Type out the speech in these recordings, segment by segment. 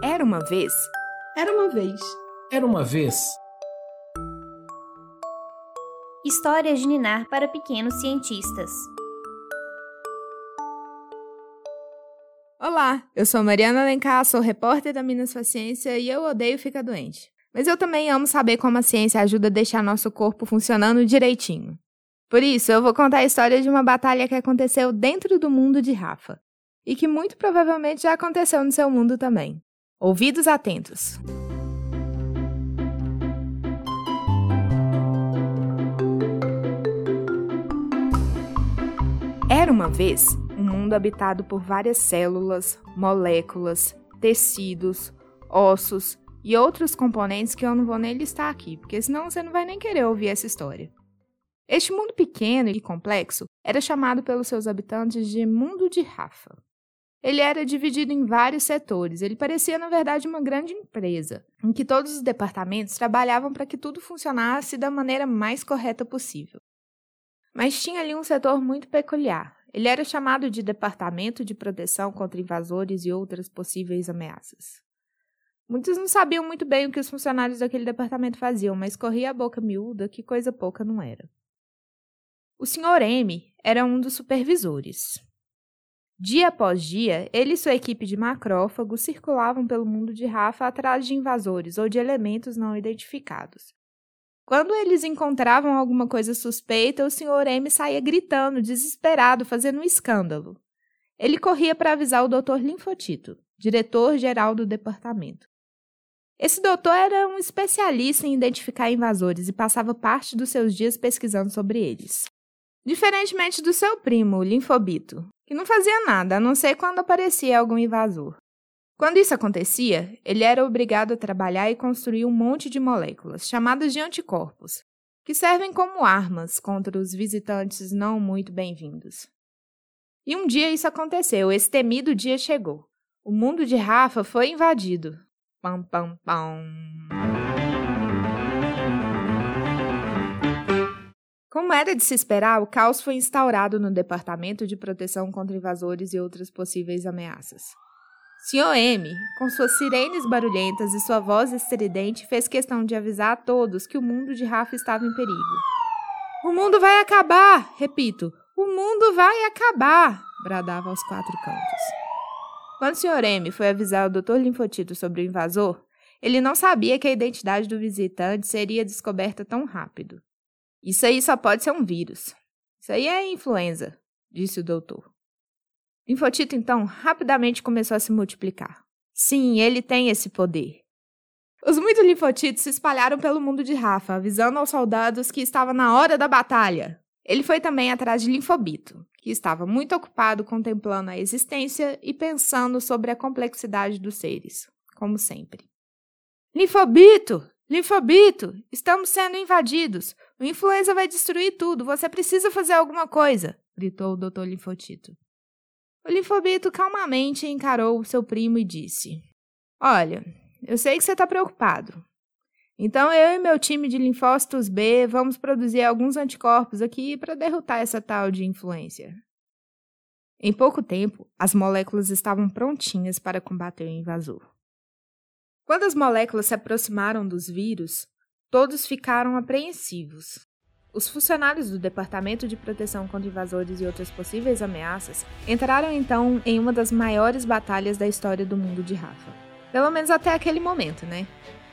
Era uma vez. Era uma vez. Era uma vez. Histórias de Ninar para pequenos cientistas. Olá, eu sou Mariana Alencar, sou repórter da Minas Ciência e eu odeio ficar doente. Mas eu também amo saber como a ciência ajuda a deixar nosso corpo funcionando direitinho. Por isso, eu vou contar a história de uma batalha que aconteceu dentro do mundo de Rafa. E que muito provavelmente já aconteceu no seu mundo também. Ouvidos atentos! Era uma vez um mundo habitado por várias células, moléculas, tecidos, ossos e outros componentes que eu não vou nem listar aqui, porque senão você não vai nem querer ouvir essa história. Este mundo pequeno e complexo era chamado pelos seus habitantes de Mundo de Rafa. Ele era dividido em vários setores, ele parecia na verdade uma grande empresa, em que todos os departamentos trabalhavam para que tudo funcionasse da maneira mais correta possível. Mas tinha ali um setor muito peculiar. Ele era chamado de Departamento de Proteção contra Invasores e Outras Possíveis Ameaças. Muitos não sabiam muito bem o que os funcionários daquele departamento faziam, mas corria a boca miúda que coisa pouca não era. O Sr. M era um dos supervisores. Dia após dia, ele e sua equipe de macrófagos circulavam pelo mundo de Rafa atrás de invasores ou de elementos não identificados. Quando eles encontravam alguma coisa suspeita, o Sr. M saía gritando, desesperado, fazendo um escândalo. Ele corria para avisar o Dr. Linfotito, diretor-geral do departamento. Esse doutor era um especialista em identificar invasores e passava parte dos seus dias pesquisando sobre eles. Diferentemente do seu primo, o Linfobito, que não fazia nada, a não ser quando aparecia algum invasor. Quando isso acontecia, ele era obrigado a trabalhar e construir um monte de moléculas, chamadas de anticorpos, que servem como armas contra os visitantes não muito bem-vindos. E um dia isso aconteceu, esse temido dia chegou. O mundo de Rafa foi invadido. Pam, pam, pam. Como era de se esperar, o caos foi instaurado no Departamento de Proteção contra Invasores e Outras Possíveis Ameaças. Sr. M, com suas sirenes barulhentas e sua voz estridente, fez questão de avisar a todos que o mundo de Rafa estava em perigo. "O mundo vai acabar!" Repito, "o mundo vai acabar!" bradava aos quatro cantos. Quando o Sr. M foi avisar o Dr. Linfotito sobre o invasor, ele não sabia que a identidade do visitante seria descoberta tão rápido. "Isso aí só pode ser um vírus. Isso aí é influenza", disse o doutor. Linfotito, então, rapidamente começou a se multiplicar. Sim, ele tem esse poder. Os muitos linfotitos se espalharam pelo mundo de Rafa, avisando aos soldados que estava na hora da batalha. Ele foi também atrás de Linfobito, que estava muito ocupado contemplando a existência e pensando sobre a complexidade dos seres, como sempre. "Linfobito! Linfobito! Estamos sendo invadidos! O influenza vai destruir tudo! Você precisa fazer alguma coisa!" gritou o Dr. Linfotito. O Linfobito calmamente encarou o seu primo e disse: "Olha, eu sei que você está preocupado. Então eu e meu time de linfócitos B vamos produzir alguns anticorpos aqui para derrotar essa tal de influência." Em pouco tempo, as moléculas estavam prontinhas para combater o invasor. Quando as moléculas se aproximaram dos vírus, todos ficaram apreensivos. Os funcionários do Departamento de Proteção contra Invasores e Outras Possíveis Ameaças entraram então em uma das maiores batalhas da história do mundo de Rafa. Pelo menos até aquele momento, né?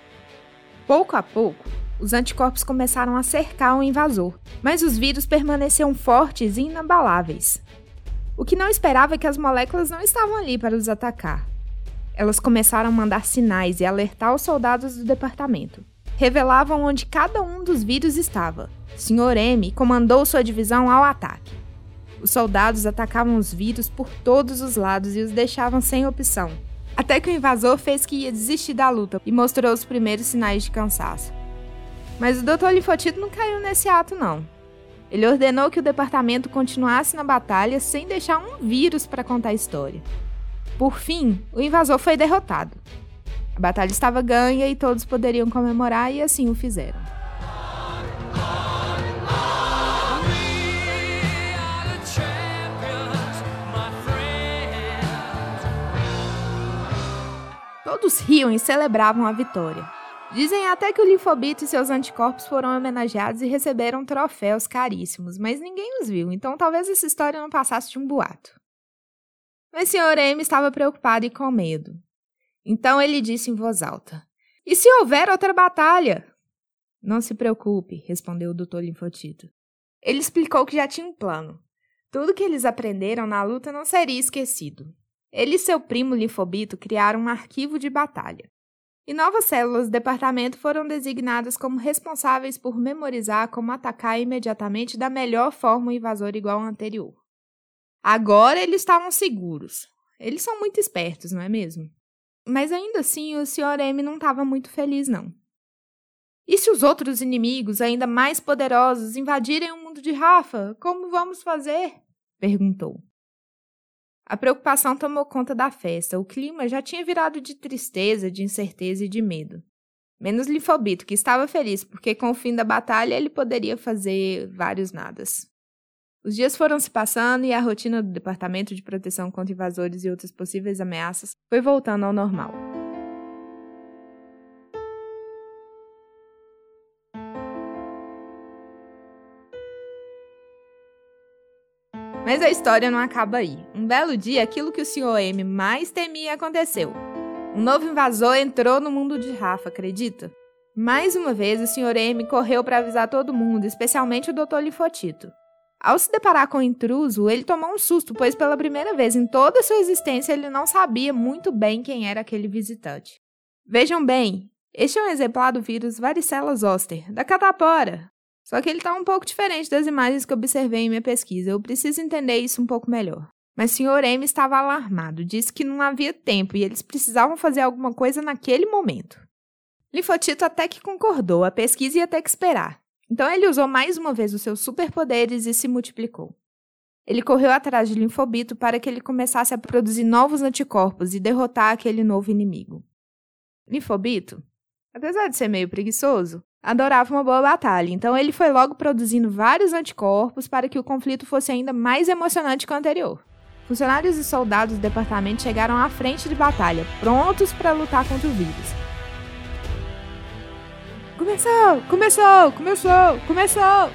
Pouco a pouco, os anticorpos começaram a cercar o invasor, mas os vírus permaneciam fortes e inabaláveis. O que não esperava é que as moléculas não estavam ali para os atacar. Elas começaram a mandar sinais e alertar os soldados do departamento. Revelavam onde cada um dos vírus estava. Sr. M comandou sua divisão ao ataque. Os soldados atacavam os vírus por todos os lados e os deixavam sem opção, até que o invasor fez que ia desistir da luta e mostrou os primeiros sinais de cansaço. Mas o Dr. Linfotito não caiu nesse ato, não. Ele ordenou que o departamento continuasse na batalha sem deixar um vírus para contar a história. Por fim, o invasor foi derrotado. A batalha estava ganha e todos poderiam comemorar, e assim o fizeram. Todos riam e celebravam a vitória. Dizem até que o linfobito e seus anticorpos foram homenageados e receberam troféus caríssimos, mas ninguém os viu, então talvez essa história não passasse de um boato. Mas o Sr. M estava preocupado e com medo. Então ele disse em voz alta: "E se houver outra batalha?" "Não se preocupe", respondeu o Dr. Linfotito. Ele explicou que já tinha um plano. Tudo que eles aprenderam na luta não seria esquecido. Ele e seu primo linfobito criaram um arquivo de batalha. E novas células do departamento foram designadas como responsáveis por memorizar como atacar imediatamente da melhor forma o invasor igual ao anterior. Agora eles estavam seguros. Eles são muito espertos, não é mesmo? Mas ainda assim o Sr. M não estava muito feliz, não. E se os outros inimigos, ainda mais poderosos, invadirem o mundo de Rafa, como vamos fazer? Perguntou. A preocupação tomou conta da festa. O clima já tinha virado de tristeza, de incerteza e de medo. Menos Linfobito, que estava feliz, porque com o fim da batalha ele poderia fazer vários nadas. Os dias foram se passando e a rotina do Departamento de Proteção contra Invasores e outras possíveis ameaças foi voltando ao normal. Mas a história não acaba aí. Um belo dia, aquilo que o Sr. M mais temia aconteceu. Um novo invasor entrou no mundo de Rafa, acredita? Mais uma vez, o Sr. M correu para avisar todo mundo, especialmente o Dr. Linfotito. Ao se deparar com o intruso, ele tomou um susto, pois pela primeira vez em toda a sua existência ele não sabia muito bem quem era aquele visitante. Vejam bem, este é um exemplar do vírus Varicela zoster, da catapora. Só que ele está um pouco diferente das imagens que observei em minha pesquisa. Eu preciso entender isso um pouco melhor. Mas o Sr. M estava alarmado. Disse que não havia tempo e eles precisavam fazer alguma coisa naquele momento. Linfotito até que concordou. A pesquisa ia ter que esperar. Então ele usou mais uma vez os seus superpoderes e se multiplicou. Ele correu atrás de Linfobito para que ele começasse a produzir novos anticorpos e derrotar aquele novo inimigo. Linfobito, apesar de ser meio preguiçoso, adorava uma boa batalha, então ele foi logo produzindo vários anticorpos para que o conflito fosse ainda mais emocionante que o anterior. Funcionários e soldados do departamento chegaram à frente de batalha, prontos para lutar contra o vírus. Começou!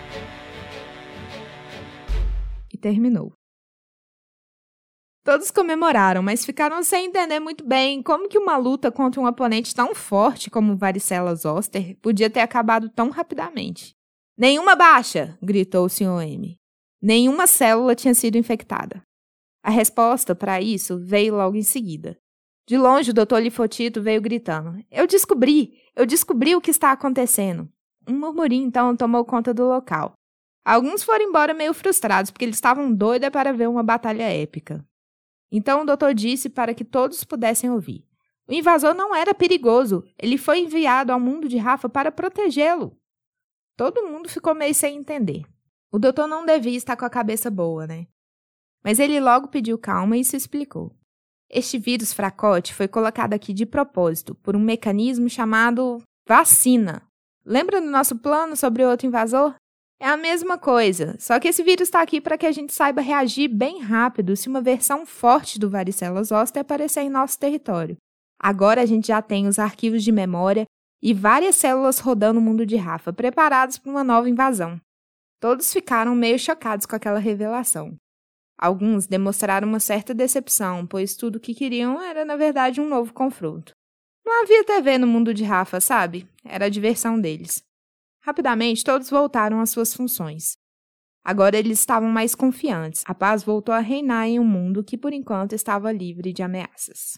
E terminou. Todos comemoraram, mas ficaram sem entender muito bem como que uma luta contra um oponente tão forte como Varicela zoster podia ter acabado tão rapidamente. "Nenhuma baixa!" gritou o Sr. M. Nenhuma célula tinha sido infectada. A resposta para isso veio logo em seguida. De longe, o Dr. Linfotito veio gritando: Eu descobri o que está acontecendo." Um murmurinho, então, tomou conta do local. Alguns foram embora meio frustrados, porque eles estavam doidos para ver uma batalha épica. Então o doutor disse para que todos pudessem ouvir. O invasor não era perigoso. Ele foi enviado ao mundo de Rafa para protegê-lo. Todo mundo ficou meio sem entender. O doutor não devia estar com a cabeça boa, né? Mas ele logo pediu calma e se explicou. Este vírus fracote foi colocado aqui de propósito, por um mecanismo chamado vacina. Lembra do nosso plano sobre outro invasor? É a mesma coisa, só que esse vírus está aqui para que a gente saiba reagir bem rápido se uma versão forte do Varicela zoster aparecer em nosso território. Agora a gente já tem os arquivos de memória e várias células rodando o mundo de Rafa, preparados para uma nova invasão. Todos ficaram meio chocados com aquela revelação. Alguns demonstraram uma certa decepção, pois tudo o que queriam era, na verdade, um novo confronto. Não havia TV no mundo de Rafa, sabe? Era a diversão deles. Rapidamente, todos voltaram às suas funções. Agora eles estavam mais confiantes. A paz voltou a reinar em um mundo que, por enquanto, estava livre de ameaças.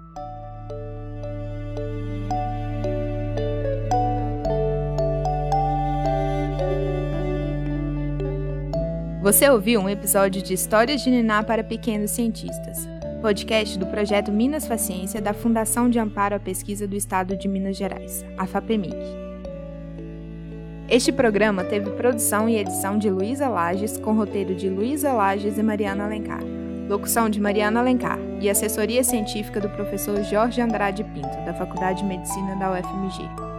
Você ouviu um episódio de Histórias de Niná para Pequenos Cientistas, podcast do projeto Minas Faciência da Fundação de Amparo à Pesquisa do Estado de Minas Gerais, a FAPEMIG. Este programa teve produção e edição de Luísa Lages, com roteiro de Luísa Lages e Mariana Alencar, locução de Mariana Alencar e assessoria científica do professor Jorge Andrade Pinto, da Faculdade de Medicina da UFMG.